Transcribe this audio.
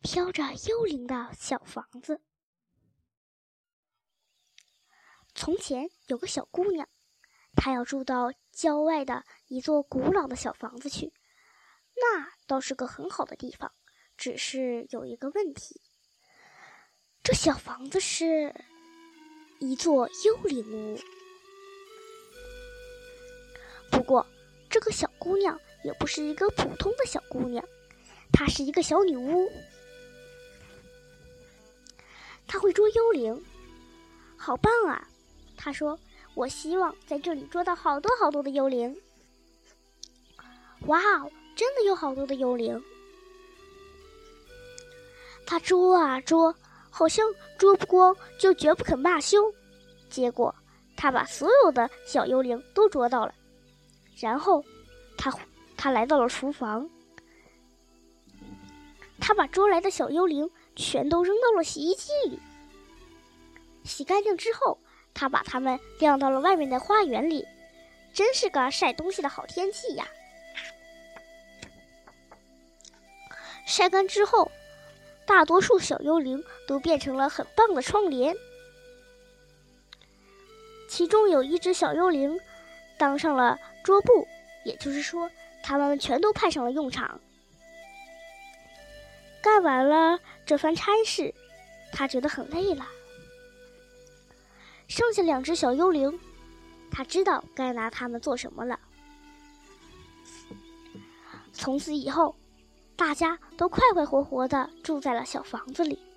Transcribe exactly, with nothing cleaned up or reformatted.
飘着幽灵的小房子。从前有个小姑娘，她要住到郊外的一座古老的小房子去，那倒是个很好的地方，只是有一个问题，这小房子是一座幽灵屋。不过这个小姑娘也不是一个普通的小姑娘，她是一个小女巫，她会捉幽灵，好棒啊！她说，我希望在这里捉到好多好多的幽灵。哇哦，真的有好多的幽灵。她捉啊捉，好像捉不光，就绝不肯罢休。结果她把所有的小幽灵都捉到了。然后她她来到了厨房，她把捉来的小幽灵全都扔到了洗衣机里。洗干净之后，她把它们晾到了外面的花园里，真是个晒东西的好天气呀！晒干之后，大多数小幽灵都变成了很棒的窗帘。其中有一只小幽灵当上了桌布，也就是说，它们全都派上了用场。干完了这番差事，他觉得很累了。剩下两只小幽灵，他知道该拿它们做什么了。从此以后，大家都快快活活地住在了小房子里。